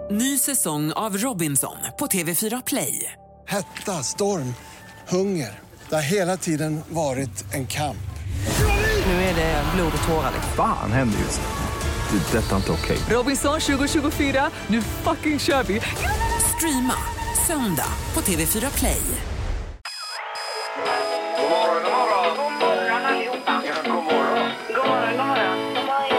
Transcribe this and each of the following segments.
Ny säsong av Robinson på TV4 Play. Hetta, storm, hunger. Det har hela tiden varit en kamp. Nu är det blod och tårar. Fan händer just nu. Det. Detta är inte okej. Robinson 2024, nu fucking kör vi. Streama söndag på TV4 Play. God morgon, god morgon. God morgon allihopa. Ja, god morgon. God morgon, god morgon.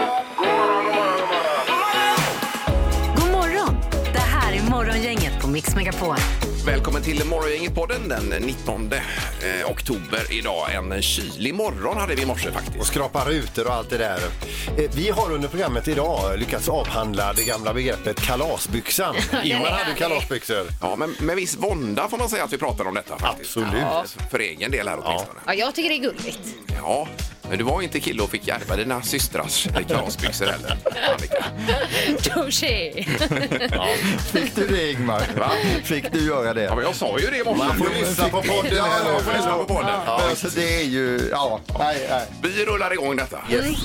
God morgon! Det här är Morgongänget på Mix Megapol. Välkommen till Morgongänget-podden den 19 oktober idag. En kylig morgon hade vi i morse faktiskt. Och skrapa rutor och allt det där. Vi har under programmet idag lyckats avhandla det gamla begreppet kalasbyxan. Ingmar hade ju kalasbyxor. Ja, men med viss vånda får man säga att vi pratar om detta faktiskt. Absolut. Ja, för egen del här åtminstone. Ja, jag tycker det är gulligt. Ja, men du var inte kille och fick ärva dina systrars kalasbyxor heller, Annika. Touché. Ja. Fick du det, Ingmar? Va? Fick du göra det? Ja, men jag sa ju det i morse. Man får lyssna på podden. Ja, här nu. man får lyssna på podden. Ja, alltså det är ju... Ja, nej. Vi rullar igång detta.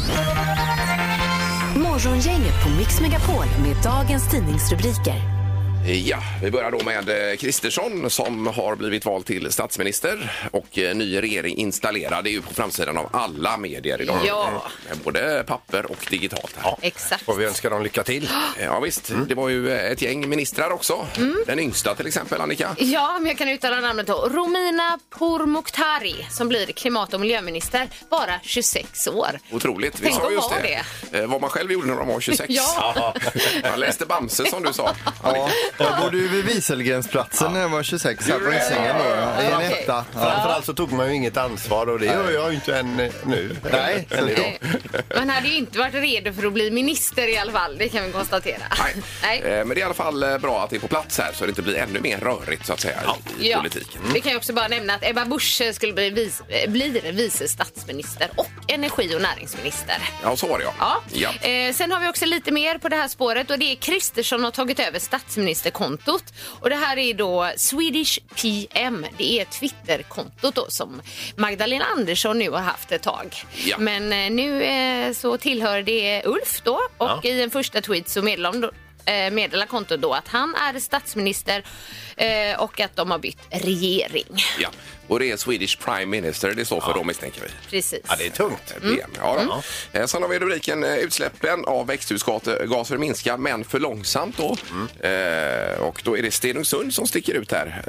Morgongänget på Mix Megapol med dagens tidningsrubriker. Ja, vi börjar då med Kristersson som har blivit vald till statsminister och ny regering installerad. Det är ju på framsidan av alla medier idag. Ja. Både papper och digitalt. Här. Ja, Exakt. och vi önskar dem lycka till. Ja visst, det var ju ett gäng ministrar också. Den yngsta till exempel, Annika. Ja, men jag kan uttala namnet då. Romina Pourmokhtari som blir klimat- och miljöminister, bara 26 år. Otroligt. Vi Tänk sa att just vara det. Vad man själv gjorde när man var 26. Ja. Jag läste Bamse som du sa. Ja, jag bodde ju vid Wieselgrensplatsen när jag var 26 här på Hisingen då. I en Okej. etta. Ja. Framförallt så tog man ju inget ansvar och det gör jag ju inte än nu. Nej, än idag. Man hade ju inte varit redo för att bli minister i alla fall, det kan vi konstatera. Nej. Men det är i alla fall bra att det är på plats här så det inte blir ännu mer rörigt så att säga i politiken. Vi kan ju också bara nämna att Ebba Busch skulle bli vice statsminister och energi- och näringsminister. Ja, så var det Ja. Sen har vi också lite mer på det här spåret och det är Kristersson har tagit över statsministerkontot och det här är då Swedish PM. Det är Twitterkontot då som Magdalena Andersson nu har haft ett tag. Ja. Men nu så tillhör det Ulf då och i en första tweet så meddelar kontot då att han är statsminister och att de har bytt regering. Ja. Och det är Swedish Prime Minister, det står för dem misstänker vi. Precis. Ja, det är tungt. PM. Ja, då. Sen har vi rubriken utsläppen av växthusgaser minskar men för långsamt då. Och då är det Stenungsund som sticker ut här.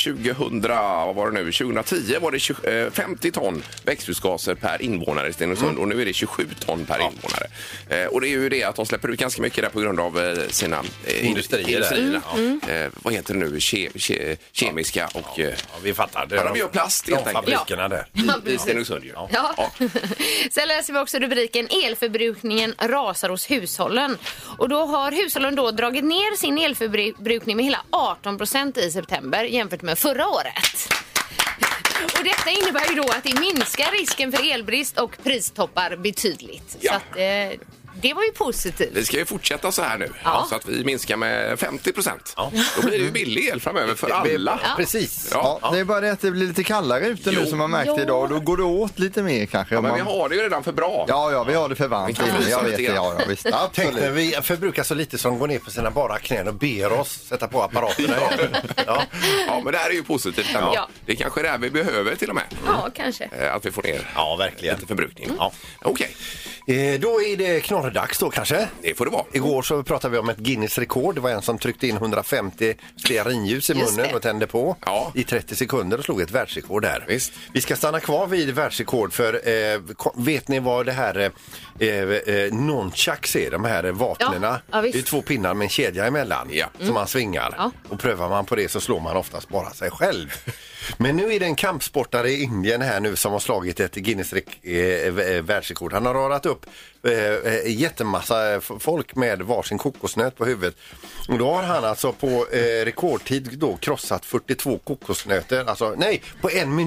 2010 var det 50 ton växthusgaser per invånare i Stenungsund och nu är det 27 ton per invånare. Och det är ju det att de släpper ut ganska mycket där på grund av sina industrierna. Vad heter det nu? Kemiska och... Ja, vi fattar. de gör plast helt enkelt. Fabrikerna där. I Stenungsund ju. Ja. Sen läser vi också rubriken elförbrukningen rasar hos hushållen. Och då har hushållen då dragit ner sin elförbrukning med hela 18% i september jämfört med förra året. Och detta innebär ju då att det minskar risken för elbrist och pristoppar betydligt. Ja. Så att, det var ju positivt. Vi ska ju fortsätta så här nu. Ja. Så att vi minskar med 50%. Då blir det ju billig el framöver för alla. Ja. Precis. Ja, det är bara det att det blir lite kallare ute nu som man märkte idag. Och då går det åt lite mer kanske. Ja, men vi har det ju redan för bra. Ja, vi har det för varmt. Vi kan frysa Jag vet lite det, grann. ja, visst. Tänk Absolut. när vi förbrukar så lite som går ner på sina bara knän och ber oss sätta på apparaterna igen. Ja. Ja, men det här är ju positivt. Ja. Det är kanske det här vi behöver till och med. Ja, kanske. Att vi får ner Ja, verkligen. lite förbrukning. Ja. Okej, Då är det knorrdags då kanske. det får det vara. Igår så pratade vi om ett Guinness-rekord. Det var en som tryckte in 150 stearinljus i Just munnen det. och tände på Ja. i 30 sekunder och slog ett världsrekord där. Visst. Vi ska stanna kvar vid världsrekord för vet ni vad det här nunchucks är? De här vapnena. Ja, visst. Det är 2 pinnar med en kedja emellan som man svingar. Ja. Och prövar man på det så slår man oftast bara sig själv. Men nu är det en kampsportare i Indien här nu som har slagit ett Guinness världsrekord. Han har radat upp jättemassa folk med varsin kokosnöt på huvudet. Och då har han alltså på rekordtid då krossat 42 kokosnötter. Alltså nej, på 1 minut.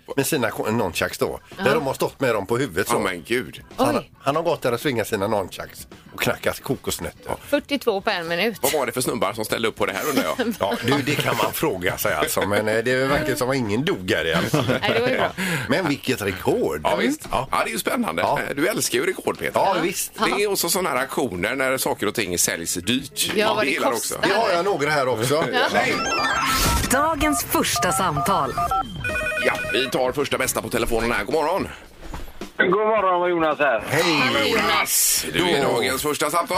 med sina nonchucks då. Där de har stått med dem på huvudet så. Ja, men gud. Han har gått där och svingat sina nonchucks och knackat kokosnötter. 42 på 1 minut. Vad var det för snubbar som ställde upp på det här undrar jag? Ja, det kan man fråga sig alltså. Men det verkar som att ingen dog här i alla fall. Nej, det var ju bra. Men vilket rekord. Ja, visst. Ja, det är ju spännande. Ja. Du älskar ju rekord, Peter. Ja, visst. Det är också sådana här aktioner när saker och ting säljs dyrt. Ja, vad det gillar kostar. också. Det har jag några här också. Nej. Dagens första samtal. Ja, vi tar första bästa på telefonen här. God morgon. God morgon, Jonas här. Hej! Jonas, du är dagens första samtal.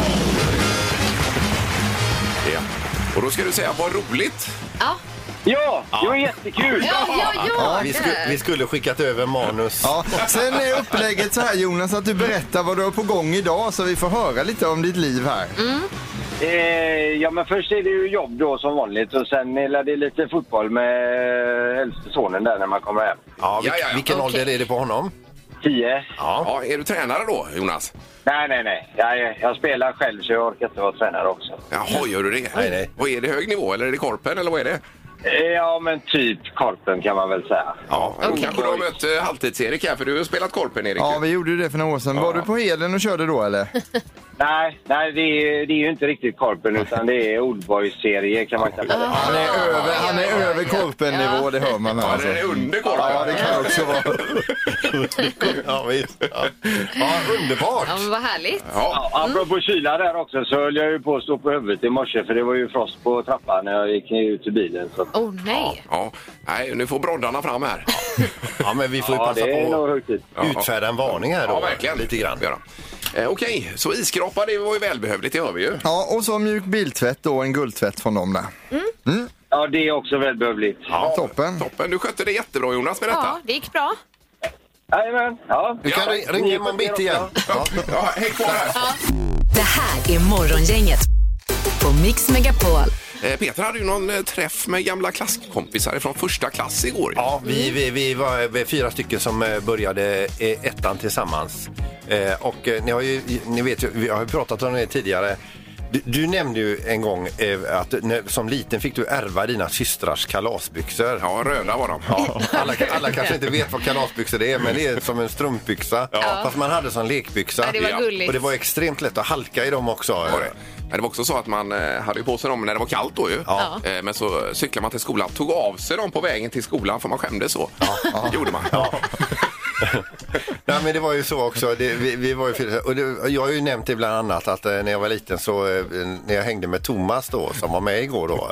Ja. Och då ska du säga vad roligt. Ja, det var jättekul. Ja. Vi skulle skickat över manus. Ja. Sen är upplägget så här, Jonas, att du berättar vad du har på gång idag så vi får höra lite om ditt liv här. Ja, men först är det ju jobb då som vanligt och sen är det lite fotboll med äldste sonen där när man kommer hem. Ja, Ja. vilken ålder är det på honom? 10. Ja, är du tränare då, Jonas? Nej. Jag spelar själv så jag orkar inte vara tränare också. Jaha, gör du det? Nej. Och är det hög nivå eller är det korpen eller vad är det? Ja, men typ korpen kan man väl säga. Ja, då kanske du har mött halvtids-Erik här för du har spelat korpen, Erik. Ja, vi gjorde ju det för några år sedan. Var du på Heden och körde då, eller? Nej, det är ju inte riktigt korpen utan det är Oldboys-serie kan man kalla det. Han är över korpen-nivå, det hör man Ja, alltså. det är under korpen. Ja, det kan också vara. Ja, visst. Ja, underbart. Ja, men vad härligt. Ja. Apropå kyla där också så höll jag ju på att stå på huvudet i morse för det var ju frost på trappan när jag gick ut ur bilen. Så. Nej. Ja. Nej, nu får broddarna fram här. Ja, men vi får ju Ja, passa det är nog på högtid. att utfärda en varning här då. Ja, verkligen. Lite grann. Göra. Okej, så isskrapa, det var ju välbehövligt, det hör vi ju. Ja, och så mjuk biltvätt och en guldtvätt från dem där. Ja, det är också välbehövligt. Ja, Toppen. Du skötte det jättebra, Jonas, med detta. Ja, det gick bra. Jajamän, ja. Du kan ringa imorgon bitti igen. Ja, häng kvar här. Det här är Morgongänget på Mix Megapol. Peter hade ju någon träff med gamla klasskompisar från första klass igår. Ja, vi var 4 stycken som började ettan tillsammans. Och ni vet ju, vi har ju pratat om det tidigare. Du nämnde ju en gång att som liten fick du ärva dina systrars kalasbyxor. Ja, röda var de. Ja, alla kanske inte vet vad kalasbyxor det är, men det är som en strumpbyxa. Fast man hade som lekbyxa. Ja, det var gulligt. Och det var extremt lätt att halka i dem också. Det var också så att man hade ju på sig dem när det var kallt då ju. Ja. Men så cyklade man till skolan, tog av sig dem på vägen till skolan för man skämdes så. Det gjorde man. Ja. Nej, men det var ju så också. Vi var ju, och jag har ju nämnt det bland annat att när jag var liten så när jag hängde med Thomas då som var med igår då,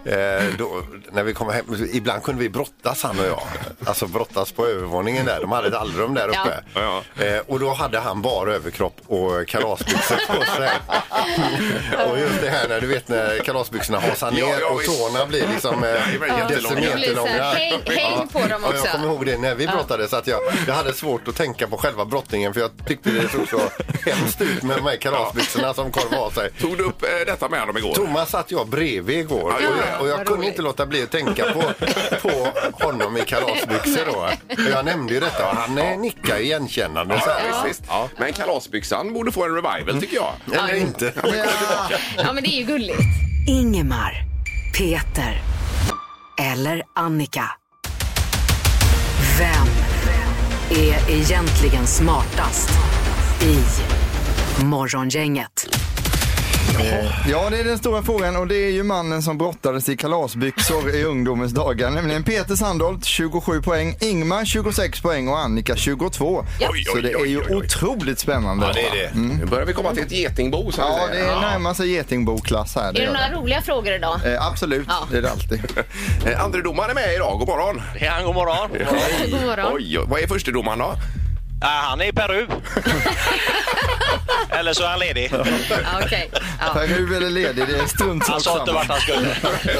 när vi kom hem, ibland kunde vi brottas han och jag. Alltså brottas på övervåningen där. De hade ett allrum där uppe. Ja. Och då hade han bara överkropp och kalasbyxor på sig. Och just det här när du vet när kalasbyxorna hasar ner och tårna blir liksom decimeterlånga. Häng på dem också. Jag kommer ihåg det när vi brottades att jag hade svårt att tänka på själva brottningen för jag tyckte det såg så hemskt ut med de här kalasbyxorna som korv av sig. Tog du upp detta med dem igår? Thomas satt jag bredvid igår och jag kunde inte låta bli att tänka på honom i kalasbyxor då. Och jag nämnde ju detta och han nickade igenkännande. Visst. Ja. Men kalasbyxan borde få en revival tycker jag. Eller inte. Ja, men det är ju gulligt. Ingemar, Peter eller Annika. Vem är egentligen smartast i Morgongänget? Ja, det är den stora frågan och det är ju mannen som brottades i kalasbyxor i ungdomens dagar, nämligen Peter Sandholt, 27 poäng, Ingmar 26 poäng och Annika 22. Så det är ju otroligt spännande. Ja, det är det. Nu börjar vi komma till ett getingbo. Så Ja, det är närmast sig getingbo-klass här. Är det några roliga frågor idag? Absolut, det är det alltid. Andre domaren är med idag, god morgon. Ja, god morgon. God morgon. Oj, vad är första domaren då? Han är i Peru. Eller så är han ledig. Okej. Ja. Peru eller ledig, det är strunt Han sa inte vart han skulle.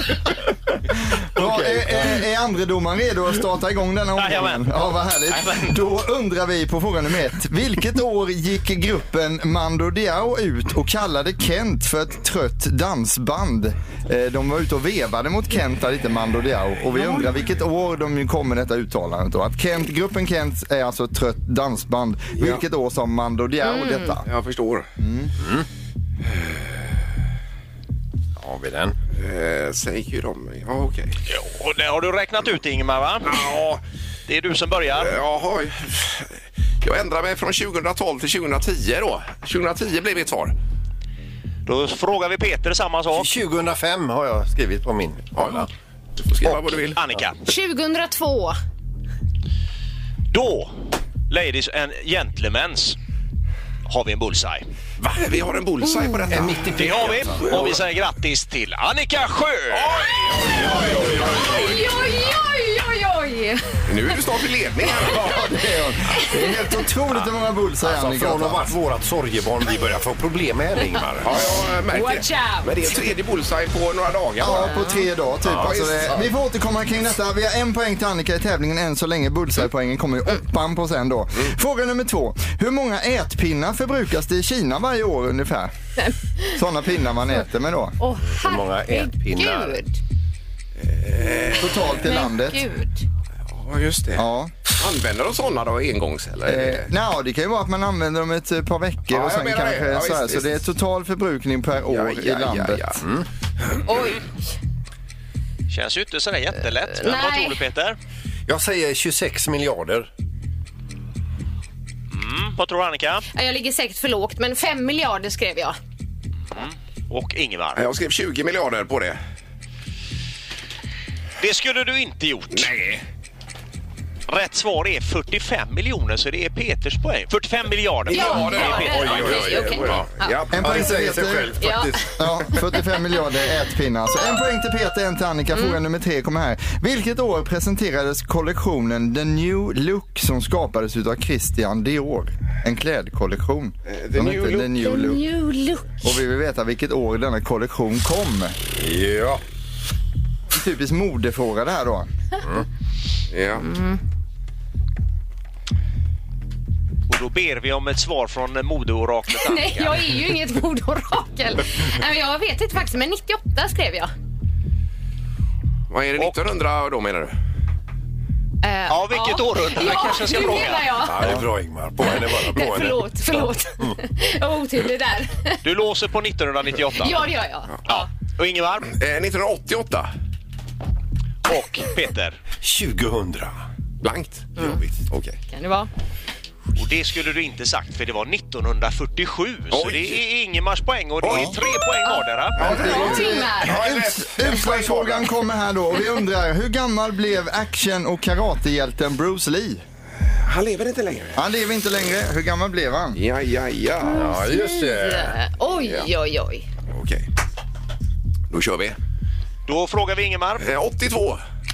Bra, är andra domaren redo att starta igång denna omgången? Jajamän. Ja, vad härligt. Jajamän. Då undrar vi på fråga nummer 1. Vilket år gick gruppen Mando Diao ut och kallade Kent för ett trött dansband? De var ute och vevade mot Kent, lite Mando Diao. Och vi undrar vilket år de kommer detta uttalandet då. Att gruppen Kent är alltså ett trött dansband. Vilket år som Mando Diao detta? Jag förstår. Har vi den? Säger de. Ja, okej. Och det har du räknat ut, Ingemar, va? Ja, Det är du som börjar. Jaha, jag ändrar mig från 2012 till 2010 då. 2010 blev mitt svar. Då frågar vi Peter samma sak. 2005 har jag skrivit på min. Ja. Du får skriva vad du vill. Annika. 2002. Då, ladies and gentlemen, har vi en bullseye. Va? Vi har en bullseye på detta. Det har vi. Och vi säger grattis till Annika Sjö. Oj, oj, oj, oj, oj. Nu är du snart i ledning. Ja, det är helt otroligt hur många bullseye Annika Från att ha varit vårat sorgebarn, vi börjar få problem med här, Ingmar. Ja, jag märker Watch det. out. Men det är tredje bullseye på några dagar. Ja, på 3 dagar typ. Ja, Alltså, visst. vi får återkomma kring detta. Vi har 1 poäng till Annika i tävlingen än så länge. Bullseye-poängen kommer ju 8 på sen då. Fråga nummer 2. Hur många ätpinnar förbrukas det i Kina varje år ungefär? Sådana pinnar man äter med då. Hur många ätpinnar? Herregud. Totalt i landet. Gud. Ja, just det. Ja. Använder de sådana då engångs eller? Nej, det kan ju vara att man använder dem ett par veckor Ja, och sen jag menar kanske det. Ja, så här. visst, Så det är total förbrukning per år i landet. Oj. Känns ju inte sådär jättelätt. Men vad Nej. tror du, Peter? Jag säger 26 miljarder. Vad tror Annika? Ja, jag ligger säkert för lågt, men 5 miljarder skrev jag. Och Ingvar? Jag skrev 20 miljarder på det. Det skulle du inte gjort. Nej. Rätt svar är 45 miljoner, så det är Peters poäng. 45 miljarder. Ja, det är Peter. okej. Ja. En poäng till Peter. Ja. Ja, 45 miljarder ätpinnar. Så 1 poäng till Peter, 1 till Annika. Fråga nummer 3 kommer här. Vilket år presenterades kollektionen The New Look som skapades utav Christian Dior? En klädkollektion. The som New heter Look. The New Look. New look. Och vi vill veta vilket år denna kollektion kom. Ja. En typisk modefråga det här då. Ja. Och då ber vi om ett svar från modeoraklet Nej, Annika. jag är ju inget modorakel. Nej, men jag vet inte faktiskt, men 98 skrev jag. Vad är det 1900 då menar du? Ja, vilket århundrade kanske ska det fråga. menar jag. Ja, det är bra, Ingmar. På henne bara. På henne. Förlåt. Jag var otydlig där. Du låser på 1998. Ja, det gör jag. Ja. Och Ingvar? 1988. Och Peter? 2000. Blankt. Okej. Kan det vara? Och det skulle du inte sagt, för det var 1947. Så Oj. det är Ingemars poäng och det är 3 poäng vardera. Utslagsfrågan kommer här då. Och vi undrar, hur gammal blev action- och karatehjälten Bruce Lee? Han lever inte längre. Han lever inte längre. Hur gammal blev han? Ja. Ja, just det. Oj, oj, oj. Okej. Då kör vi. Då frågar vi Ingemar. 82.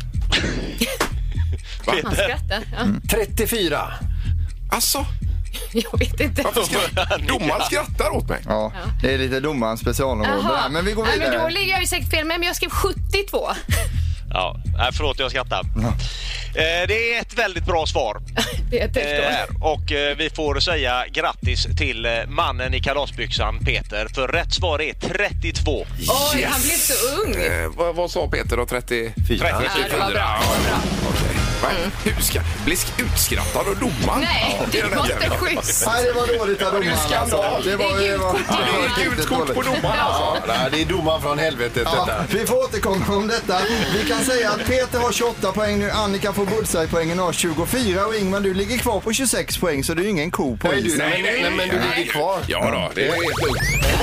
Han Peter? skrattar. Ja. 34. Alltså, Jag vet inte. varför skrattar domaren skrattar åt mig? Ja, det är lite domarens specialområde där. Men vi går Nej, men då vidare. ligger jag ju säkert fel med, men jag skrev 72. Ja, nej, förlåt, jag skrattar. Det är ett väldigt bra svar. Och vi får säga grattis till mannen i kalasbyxan, Peter. För rätt svar är 32. Oj, han blev så ung. Vad sa Peter då? 34? 34. Ja, det var bra. Okej. Hur ska bli utskrattad av domaren? Nej, det var inte schysst. Nej, det var dåligt av domaren. skandal. Det var Gult kort på domaren alltså. Ja, det är domaren från helvetet Ja, detta. vi får återkomma om detta. Vi kan säga att Peter har 28 poäng nu, Annika får bullseye-poängen har 24 och Ingmar, du ligger kvar på 26 poäng så du är ingen ko på isen. Nej, men du ligger kvar. Ja då, det är helt lugnt.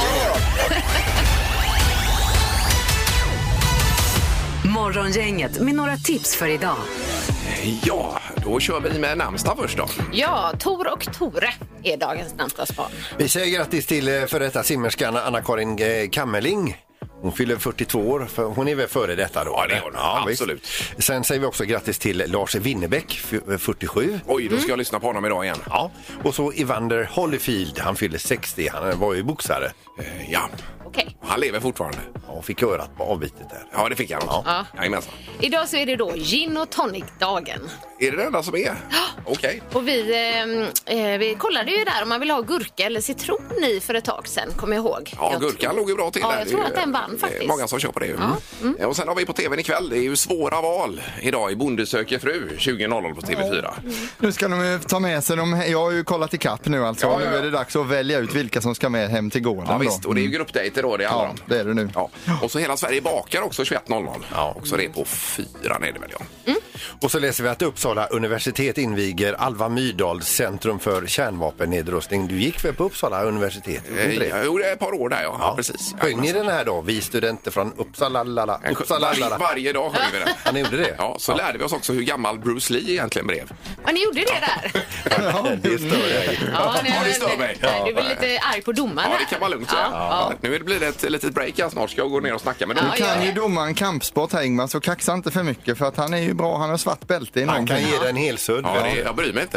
Morgongänget med några tips för idag. Ja, då kör vi med namnsdag först då. Ja, Tor och Tore är dagens namnsdagsbarn. Vi säger grattis till för detta simmerskan Anna-Karin Kammerling. Hon fyller 42 år, för hon är väl före detta då? Ja, det är hon. Ja, Absolut. Visst. Sen säger vi också grattis till Lars Winnerbäck, 47. Oj, då ska jag lyssna på honom idag igen. Ja, och så Evander Holyfield, han fyller 60, han var ju boxare. Ja, Okej. han lever fortfarande. Ja, och fick örat på avbitet där. Ja, det fick han också. Ja. Jajamensan. Idag så är det då gin och tonic-dagen. Är det enda som är? Okej. Och vi kollade ju där om man vill ha gurka eller citron i för ett tag sedan, kommer jag ihåg. Ja, gurkan låg ju bra till. Ja, där. jag Det tror är att den vann faktiskt. Det är många som kör på det. Och sen har vi på tvn ikväll, det är ju svåra val idag i Bonde söker fru 20.00 på TV4. Nu ska de ju ta med sig jag har ju kollat i kapp nu alltså. Ja. Nu är det dags att välja ut vilka som ska med hem till gården. Ja visst, och det är ju gruppdejter då det handlar om. det är det nu. Ja. Och så hela Sverige bakar också 21.00. Ja. Också det på 4 är det väl, ja. Och så läser vi att Uppsala universitet inviger Alva Myrdals centrum för kärnvapennedrustning. Du gick väl på Uppsala universitet? Jag gjorde ett par år där, ja precis. Sjöng ni den här då? Vi studenter från Uppsala. Varje dag sjöng vi den. Han gjorde det? Ja, så lärde vi oss också hur gammal Bruce Lee egentligen blev. Ja, ni gjorde det där? Det stör dig. Ja, det stör mig. Du är väl lite arg på domaren. Ja, det kan vara lugnt säga. Ja. Nu blir det ett litet break här snart. Ska jag gå ner och snacka med domaren. Du kan ju domaren kampsport här, Ingmar, så kaxa inte för mycket för att han är ju bra. Han har svart bälte i Han kan ge dig en helsudd. Ja, jag bryr mig inte.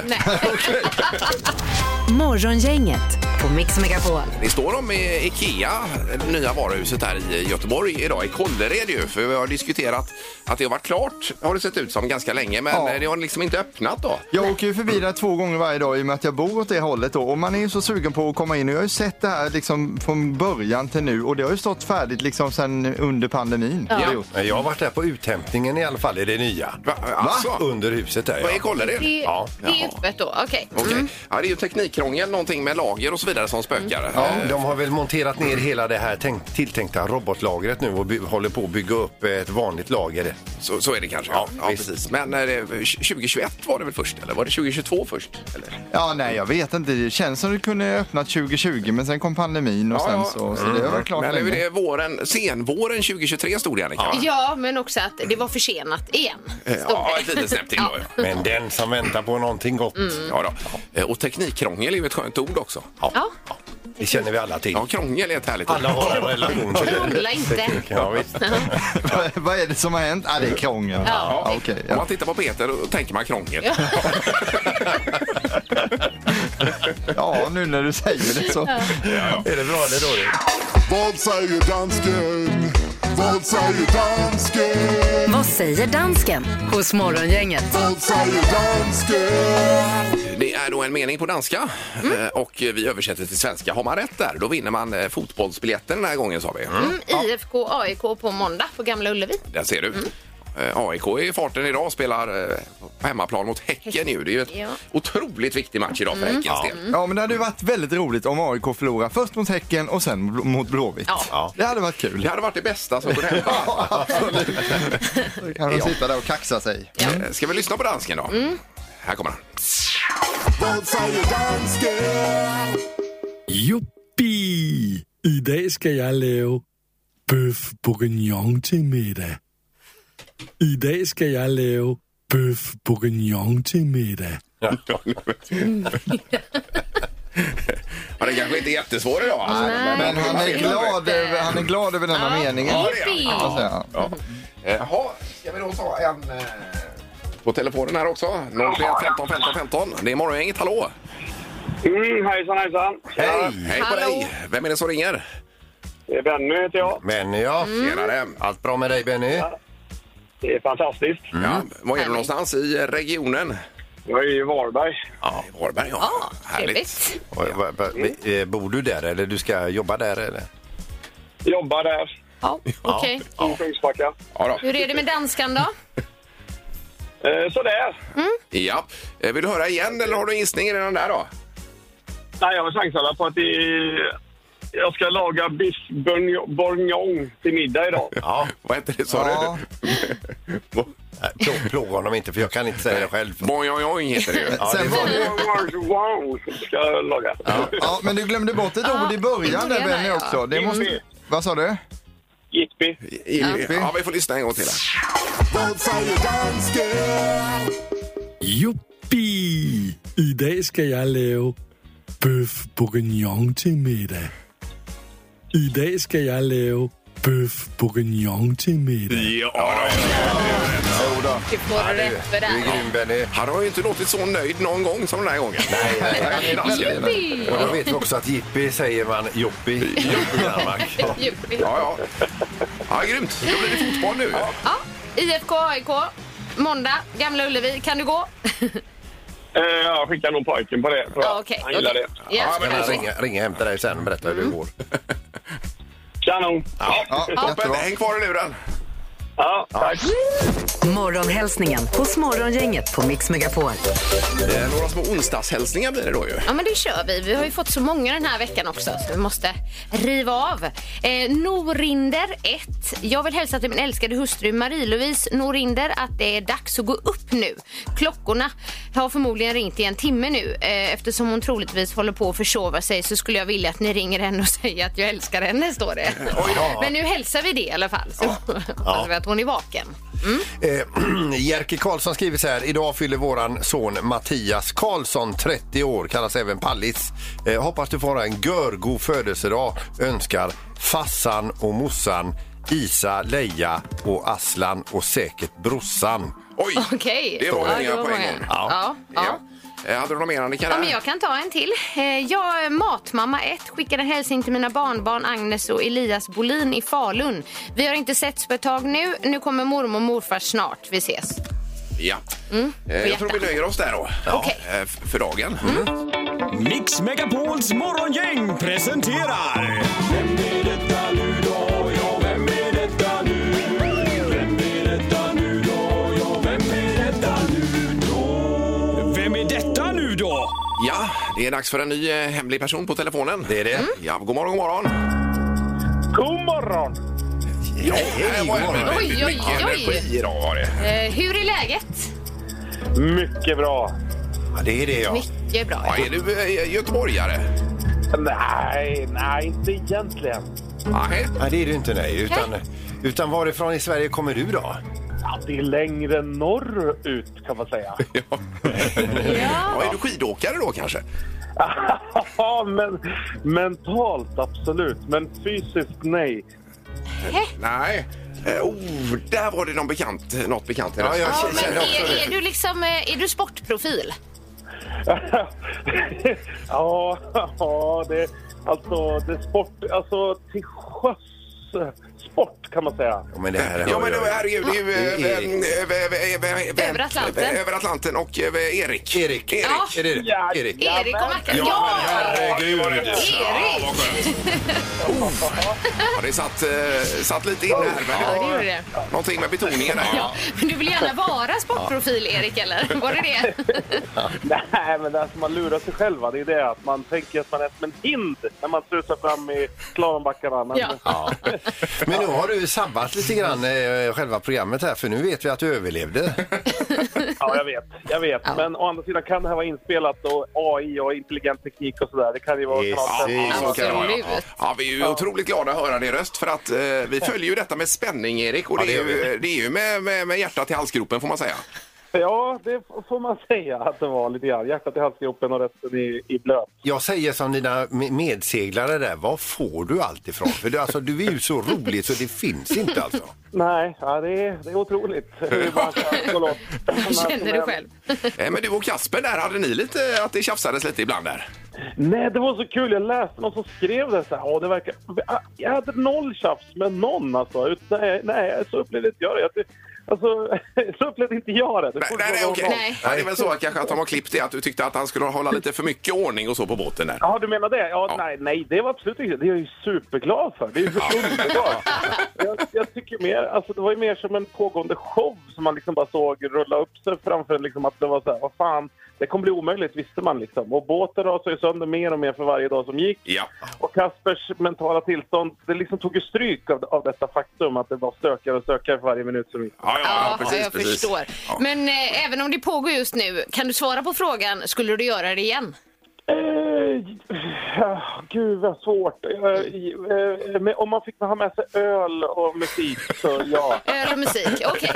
Morgongänget på Mix Megapol. Det står om IKEA, det nya varuhuset här i Göteborg idag, i Kållered ju. För vi har diskuterat att det har varit klart, har det sett ut som, ganska länge. Men det har liksom inte öppnat då. Jag åker ju förbi där 2 gånger varje dag i och med att jag bor åt det hållet då. Och man är ju så sugen på att komma in. Och jag har ju sett det här liksom från början till nu. Och det har ju stått färdigt liksom sedan under pandemin. Ja. Jag har varit där på uthämtningen i alla fall i det nya. Alltså? Under huset där. Vad är Kållered? Det är öppet då, okej. Ja, det är ju teknikkrångel, någonting med lager och så vidare som spökar. Ja, de har väl monterat ner hela det här tilltänkta robotlagret nu och håller på att bygga upp ett vanligt lager. Så är det kanske. Ja, precis. Men 2021 var det väl först, eller var det 2022 först? Eller? Ja, nej, jag vet inte. Det känns som det kunde öppnat 2020, men sen kom pandemin och sen så det var klart. Men nu är det senvåren 2023 stod det, Annika. Ja, men också att det var försenat igen. Ja, ett litet snäpp till då. Ja. Men den som väntar på någonting gott. Ja då. Och teknikkrångel är ju ett skönt ord också. Ja. Det känner vi alla till. Ja, krångel är ett härligt ord. Alla har en relation till det. Krångla inte. Ja, visst. Vad är det som har hänt? Ja, det är krångel. Ja. Okay, Om man tittar på Peter och tänker man krångel. Ja, nu när du säger det så. Är det bra eller dåligt? Vad säger dansken? Vad säger dansken? Vad säger dansken hos Morgongänget? Vad säger dansken? Det är då en mening på danska och vi översätter till svenska. Har man rätt där, då vinner man fotbollsbiljetten den här gången, sa vi. IFK AIK på måndag på Gamla Ullevi. Där ser du. AIK är i farten idag och spelar på hemmaplan mot Häcken nu. Det är ju ett otroligt viktig match idag för Häckens del. Ja, men det hade ju varit väldigt roligt om AIK förlorar först mot Häcken och sen mot Blåvitt. Ja. Det hade varit kul. Det hade varit det bästa som kunde hända. Absolut. Då kan de sitta där och kaxa sig. Ska vi lyssna på dansken då? Här kommer han. Vad säger dansken? Juppi! Idag ska jag lave bøf bourguignon till middag. Idag ska jag lave bøf bourguignon till middag. Ja, det kanske inte är jättesvår idag. Alltså. Men han är glad över denna meningen. Ja, det är han. Jaha, ska vi då ta en på telefonen här också? 031 15 15. Det är Morgongänget, hallå? Hejsan. Hej på dig. Vem är det som ringer? Det är Benny heter jag. Benny, ja. Tjenare. Allt bra med dig, Benny? Ja. Det är fantastiskt. Ja, var är du någonstans i regionen? Jag är i Varberg. Ja, Varberg, ja. Härligt. Bor du där eller du ska jobba där eller? Jobbar där. Ja, okej. I Kungsbacka. Ja då. Hur är det med danskan då? Sådär. Ja. Vill du höra igen eller har du en gissning redan där då? Nej, jag har chansat på att jag ska laga biff bourguignon till middag idag. Ja, vad heter det, sa du? Plåga honom inte, för jag kan inte säga det själv. Bourguignon heter det ju. Sen var det... ska jag laga. Ja, men du glömde bort ett ord i början där, Benny, också. Det måste... Vad sa du? Jippi. Ja, vi får lyssna en gång till här. Vad säger dansken? Juppi! Idag ska jag lave bøf bourguignon till middag. Idag ska jag lave bøf bourguignon till middag. Ja, Du får rätt för det. Du är grym, Benny. han har ju inte låtit så nöjd någon gång som den här gången. Nej. Och då vet vi också att Jippi säger man Joppi. Joppi Danmark. Ja, grymt. Då blir det fotboll nu. Ja, IFK AIK måndag, Gamla Ullevi. Kan du gå? Jag skickar nog pojken på det. Okej. Han gillar det. Ja, Ringa och hämta dig sen och berätta hur det går. Kanon. Ja, toppen. Häng kvar i luren. Ja, tack. Morgonhälsningen hos Morgongänget på Mix Megapol. Några små onsdagshälsningar blir det då ju. Ja, men det kör vi. Vi har ju fått så många den här veckan också, så vi måste riva av. Norinder 1. Jag vill hälsa till min älskade hustru Marie-Louise Norinder att det är dags att gå upp nu. Klockorna har förmodligen ringt i en timme nu. Eftersom hon troligtvis håller på att försova sig, så skulle jag vilja att ni ringer henne och säger att jag älskar henne, står det. Men nu hälsar vi det i alla fall, så hoppas vi att hon är vaken. Jerker Karlsson skriver så här: idag fyller våran son Mattias Karlsson 30 år, kallas även Pallis. Hoppas du får en görgod födelsedag, önskar Fassan och Mossan, Isa, Leia och Aslan och säkert brorsan. Oj, Okej. det var många på en gång. Ja. Hade du någon mer, Annika? Ja, men jag kan ta en till. Jag, Matmamma 1, skickar en hälsning till mina barnbarn Agnes och Elias Bolin i Falun. Vi har inte setts på ett tag nu. Nu kommer mormor och morfar snart. Vi ses. Ja. Jag tror vi nöjer oss där då. För dagen. Mix Megapols morgongäng presenterar... Vem är detta nu då? Ja, vem är detta nu? Vem är detta nu då? Ja, vem är detta nu då? Vem är detta nu då? Ja, det är dags för en ny hemlig person på telefonen. Det är det. Ja, god morgon, god morgon. God morgon! Ja, Oj. energi idag var det. Hur är läget? Mycket bra. Ja, det är det, ja. Mycket bra. Ja, är du göteborgare? Nej, inte egentligen. Nej. Nej, det är du inte, nej. Utan varifrån i Sverige kommer du då? Ja, det är längre norrut kan man säga. Ja, är du skidåkare då kanske? Ja, men mentalt absolut. Men fysiskt nej. Nej. Där var det något bekant. Ja, jag Men känner också det. är du liksom, är du sportprofil? Ja, det är sport, alltså till sjöss sport kan man säga. Ja, men det här Ja, men herregud, det är ju Över Atlanten. Över Atlanten och Erik. Erik. Ja. Är det det? Ja. Erik. Erik och Mackan. Ja, herregud. Ja, vad skönt. Ja, det satt lite in här. Ja, det gjorde det. Någonting med betoningen där. Ja, men du vill gärna vara sportprofil, Erik, eller? Var det det? Nej, men det är som man lurar sig själva. Det är det att man tänker att man är som en hind när man strusar fram i slalombackarna. Men... Ja. Men nu har du sabbat lite grann själva programmet här, för nu vet vi att du överlevde. Ja, jag vet. Ja. Men å andra sidan kan det här vara inspelat och AI och intelligent teknik och sådär. Det kan ju vara Ja, vi är ju otroligt glada att höra din röst, för att vi följer ju detta med spänning, Erik, och det är ju med hjärtat i halsgropen, får man säga. Ja, det får man säga att det var lite grann. Hjärtat i halsgropen och resten i blöt. Jag säger som dina medseglare där, vad får du allt ifrån? För du är ju så rolig så det finns inte alltså. Nej, ja, det är otroligt. Känner du själv? Men du och Kasper där, hade ni lite att det tjafsades lite ibland där? Nej, det var så kul. Jag läste någon som skrev det så här. Det verkar... Jag hade noll tjafs med någon alltså. Nej, så upplevde inte jag det. Alltså, så upplevde inte jag det. Nej, okej. Nej, det är väl så kanske att de har klippt det, att du tyckte att han skulle hålla lite för mycket ordning och så på båten där. Ja, du menar det? Ja. Nej, det var absolut inte. Det är jag ju superglad för. Det är ju så underbart. Jag tycker mer, alltså det var ju mer som en pågående show som man liksom bara såg rulla upp sig framför liksom, att det var så här, vad fan, det kommer bli omöjligt, visste man liksom. Och båten rasade ju sönder mer och mer för varje dag som gick. Ja. Och Kaspers mentala tillstånd, det liksom tog ju stryk av detta faktum att det var stökare och stökare för varje minut som gick. Ja, precis, jag förstår. Ja. Men även om det pågår just nu, kan du svara på frågan, skulle du göra det igen? Gud vad svårt. Om man fick ha med sig öl och musik så ja. Öl och musik, okej.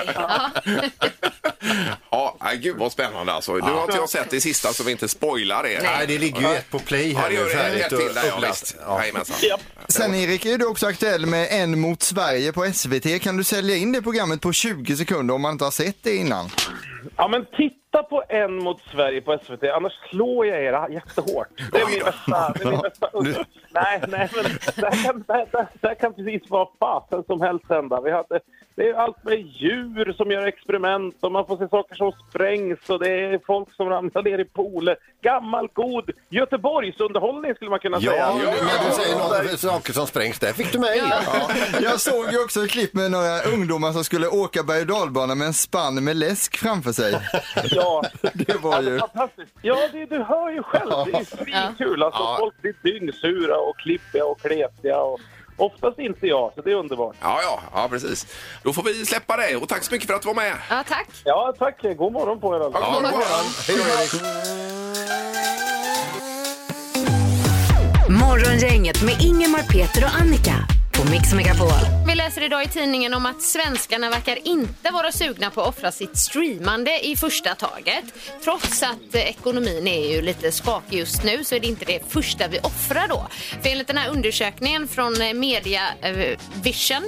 Ja, gud vad spännande alltså. Nu har inte jag sett det sista så vi inte spoilar det. Nej, det ligger ju ett på play här. Ja, det gör det. Ett till där, ja, visst. Yep. Sen Erik, är du också aktuell med En mot Sverige på SVT. Kan du sälja in det programmet på 20 sekunder om man inte har sett det innan? Ja, men titta på En mot Sverige på SVT, annars slår jag er jättehårt. Det är min bästa. Nej, men där kan precis vara fasen som helst hända. Det är allt med djur som gör experiment och man får se saker som sprängs och det är folk som ramlar ner i pooler. Gammal, god Göteborgs underhållning skulle man kunna säga. Ja, men du säger några saker som sprängs, där fick du mig. Ja. Jag såg ju också ett klipp med några ungdomar som skulle åka berg- och dalbana med en spann med läsk framför sig. Ja, det var ju... fantastiskt. Ja, du hör ju själv. Det är svinkul. Alltså, folk blir dyngsura och klippiga och kletiga och oftast inte jag, så det är underbart. Ja, precis. Då får vi släppa dig och tack så mycket för att du var med. Ja, tack. Ja, tack. God morgon på er. Ja, god morgon. Hej då, Erik. Morgongänget med Ingemar, Peter och Annika på Mix Megapol. Vi läser idag i tidningen om att svenskarna verkar inte vara sugna på att offra sitt streamande i första taget. Trots att ekonomin är ju lite skakig just nu så är det inte det första vi offrar då. För enligt den här undersökningen från Media Vision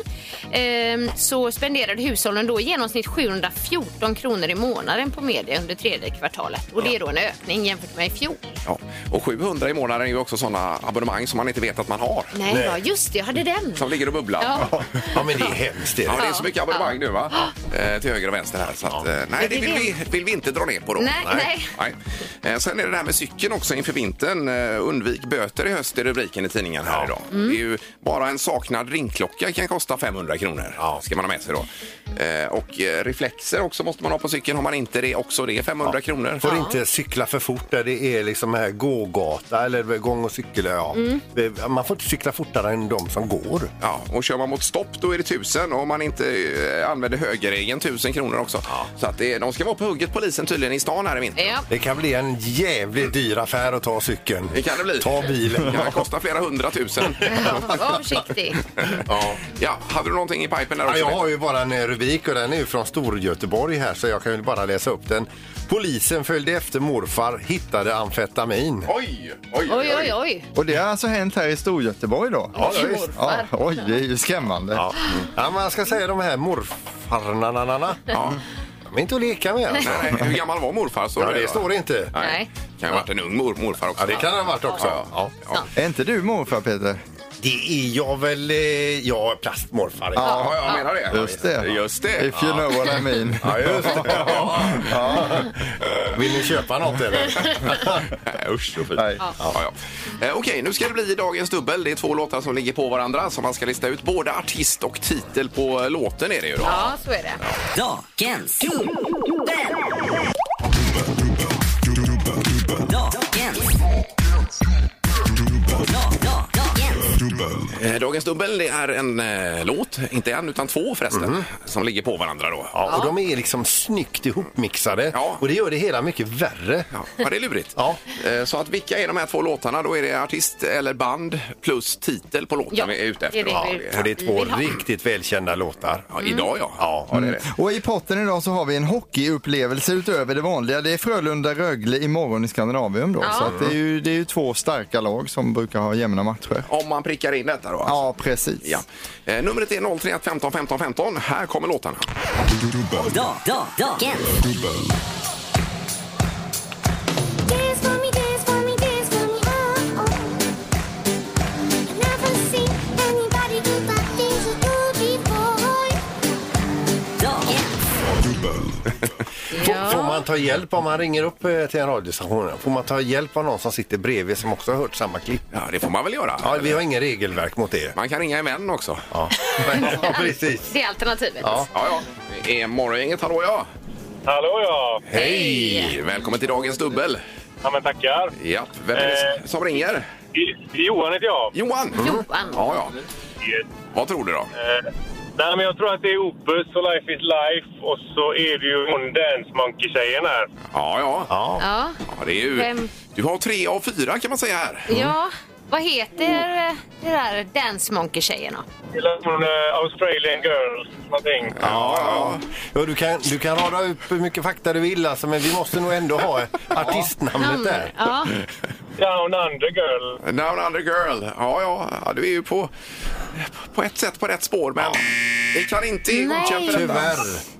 så spenderade hushållen då i genomsnitt 714 kronor i månaden på media under tredje kvartalet. Och det är då en ökning jämfört med i fjol. Ja, och 700 i månaden är ju också sådana abonnemang som man inte vet att man har. Nej. Ja, just det, jag hade den. Som ligger och bubblar. Ja. Ja, men det är hemskt. Ja, det är så mycket abonnemang nu, va? Till höger och vänster här. Så att, nej, det vill vi inte dra ner på då. Nej. Sen är det här med cykeln också inför vintern. Undvik böter i höst är rubriken i tidningen här idag. Det är ju bara en saknad ringklocka kan kosta 500 kronor. Ska man ha med sig då. Och reflexer också måste man ha på cykeln. Har man inte det också, det är 500 kronor. Får inte cykla för fort där det är liksom här gågata eller gång- och cykel. Ja. Man får inte cykla fortare än de som går. Ja, och kör man mot stopp då är det 1000 och om man inte använder högerregeln 1000 kronor också. Så att de ska vara på hugget polisen tydligen i stan här i vinter. Ja. Det kan bli en jävligt dyr affär att ta cykeln. Det kan det bli. Ta bilen. Det kan kosta flera 100 000. Var försiktig. Ja, hade du någonting i pipen där också? Jag har ju bara en rubrik och den är ju från Storgöteborg här så jag kan ju bara läsa upp den. Polisen följde efter morfar, hittade amfetamin. Oj. Och det har alltså hänt här i Storgöteborg då? Ja, visst. Ja, oj, det är ju skrämmande. Ja, man ska säga de här morfarnarna. Ja. De är inte att leka med. Nej, hur gammal var morfar? Det står inte. Nej. Kan ha varit en ung morfar också. Ja, det kan ha varit också. Ja. Är inte du morfar, Peter? Det är jag väl, plastmorfar. Ja, jag menar det. Just det. If you know what I mean. Ja, just det. Vill ni köpa något eller? Usch, så fint. Okej, nu ska det bli dagens dubbel. Det är 2 låtar som ligger på varandra som man ska lista ut. Både artist och titel på låten är det ju då. Ja, så är det. Dagens dubbel. Dagens dubbel det är en låt, inte en utan 2 förresten, som ligger på varandra då. Ja, och de är liksom snyggt ihopmixade och det gör det hela mycket värre. Ja, det är lurigt. Så att vilka är de här 2 låtarna? Då är det artist eller band plus titel på låten vi är ute efter. Och det är 2 riktigt välkända låtar. Ja, idag ja. Det är det. Och i potten idag så har vi en hockeyupplevelse utöver det vanliga. Det är Frölunda-Rögle imorgon i Skandinavium då. Så att det är ju 2 starka lag som brukar ha jämna matcher. Om man prickar in detta då? Alltså. Ja, precis. Ja. Numret är 031 15 15 15. Här kommer låtarna. Får man ta hjälp om man ringer upp till en radiostation? Får man ta hjälp av någon som sitter bredvid som också har hört samma klipp? Ja, det får man väl göra. Ja, vi har ingen regelverk mot det. Man kan ringa en vän också. Ja, precis. Det är alternativet. Ja. Det är morgongänget, hallå ja. Hallå ja. Hej, välkommen till dagens dubbel. Ja, men tackar. Ja, vem är det som ringer? Johan heter jag. Johan? Ja. Vad tror du då? Nej, men jag tror att det är Opus och Life is Life och så är det ju hon Dance Monkey-tjejen här. Ja, det är ju... Du har 3 av 4 kan man säga här. Ja, vad heter det där Dance Monkey-tjejerna? Australian Girls, någonting. Ja, du kan rada upp hur mycket fakta du vill alltså, men vi måste nog ändå ha artistnamnet där. Ja. Down Under Girl. Down Under Girl. Ja, du är ju på ett sätt på rätt spår, men det kan inte godkänt för detta. Tyvärr.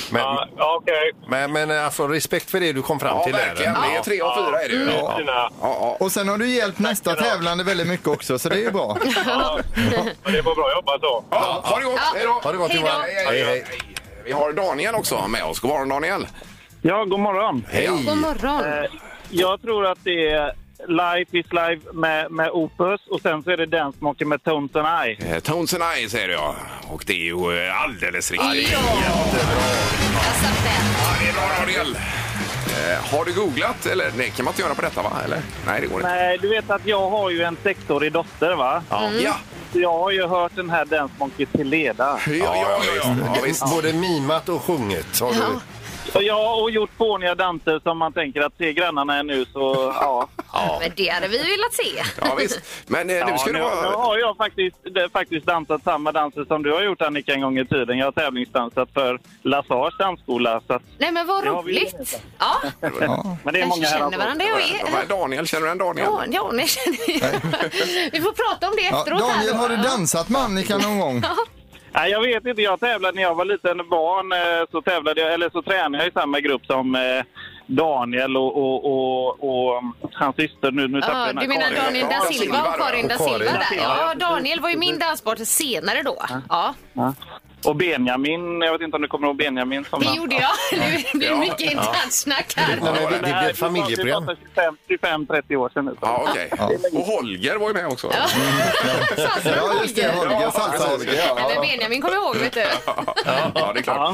Men alltså respekt för det du kom fram till där. Verkligen. Det är 3 av 4 är det ju. Ja. Och sen har du hjälpt nästa tävlande väldigt mycket också, så det är ju bra. Det var bra jobbat då. Ja, ha det gott. Hej då. Ha det gott, Johan. Hej. Vi har Daniel också med oss. God morgon, Daniel. Ja, god morgon. Hej. God morgon. Jag tror att det är Life is Life med Opus och sen så är det Dance med Tones and I. Tones and I säger jag. Och det är ju alldeles riktigt. Ja. Jag satt den. Ja, det är bra, Daniel. Har du googlat? Eller nej, kan man inte göra på detta, va? Eller? Nej, det går inte. Nej, du vet att jag har ju en 6-årig dotter, va? Ja. Jag har ju hört den här Dance Monkey till leda. Ja, visst. Både mimat och sjungit har du. Så jag har gjort fåniga danser som man tänker att se grannarna är nu, så ja. Men det hade vi velat se. Ja, visst. Men nu ska nu du vara... har jag faktiskt dansat samma danser som du har gjort, Annika, en gång i tiden. Jag har tävlingsdansat för Lasars dansskola. Så att... Nej, men vad roligt. Ja. Men det är många här. Känner varandra, Daniel, känner du en Daniel? Ja, nej, känner vi får prata om det efteråt. Daniel, har du dansat med Annika någon gång? Nej, jag vet inte. Jag tävlade när jag var liten barn. Så tränade jag i samma grupp som Daniel och hans syster. Nu du menar Daniel da Silva och Karin da Silva där? Ja, Daniel var ju min danssport senare då. Ja. Och Benjamin, jag vet inte om du kommer ihåg Benjamin. Som det gjorde jag. Det blir mycket internsnack här. Det blir ett familjeprogram. Det var 25-30 år sedan nu. Ja, okej. Och Holger var ju med också. Ja, just det. Holger. Men Benjamin kommer ihåg, vet du. Ja, det är klart.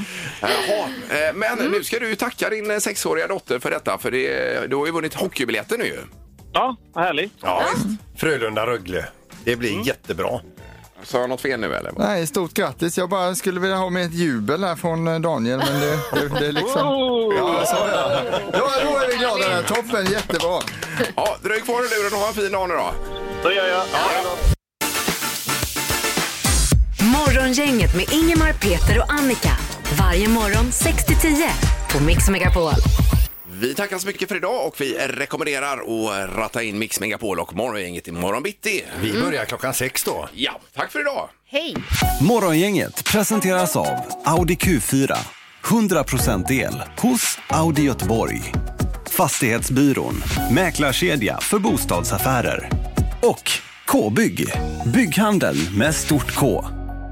Men nu ska du tacka din 6-åriga dotter för detta. För du har ju vunnit hockeybiljetter nu ju. Ja, vad härligt. Ja, visst. Frölunda-Rögle. Det blir jättebra. Så har jag något fel nu eller? Nej, stort grattis. Jag bara skulle vilja ha med ett jubel här från Daniel, men det är liksom... Ja, så då är vi glada. Toppen, jättebra. Ja, dröj kvar i luren och ha en fin dag nu då. Så gör jag. Morgongänget med Ingemar, Peter och Annika. Varje morgon 6-10 på Mix Megapol. Vi tackar så mycket för idag och vi rekommenderar att ratta in Mix Megapol och Morgongänget i morgon bitti. Vi börjar klockan 6 då. Ja, tack för idag. Hej. Morgongänget presenteras av Audi Q4. 100% el hos Audi Göteborg. Fastighetsbyrån. Mäklarkedja för bostadsaffärer. Och K-bygg. Bygghandel med stort K.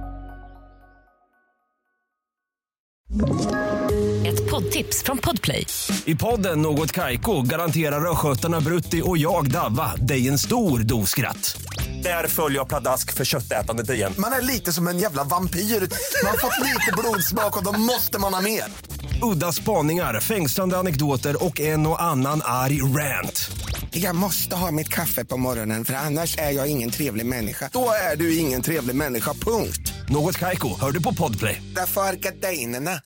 Ett poddtips från Podplay. I podden Något Kaiko garanterar röskötarna Brutti och jag Davva dig en stor doskratt. Där följer jag pladask för köttätandet igen. Man är lite som en jävla vampyr. Man har fått lite blodsmak och då måste man ha mer. Udda spaningar, fängslande anekdoter och en och annan arg rant. Jag måste ha mitt kaffe på morgonen för annars är jag ingen trevlig människa. Då är du ingen trevlig människa, punkt. Något Kaiko, hör du på Podplay. Därför är gardinerna.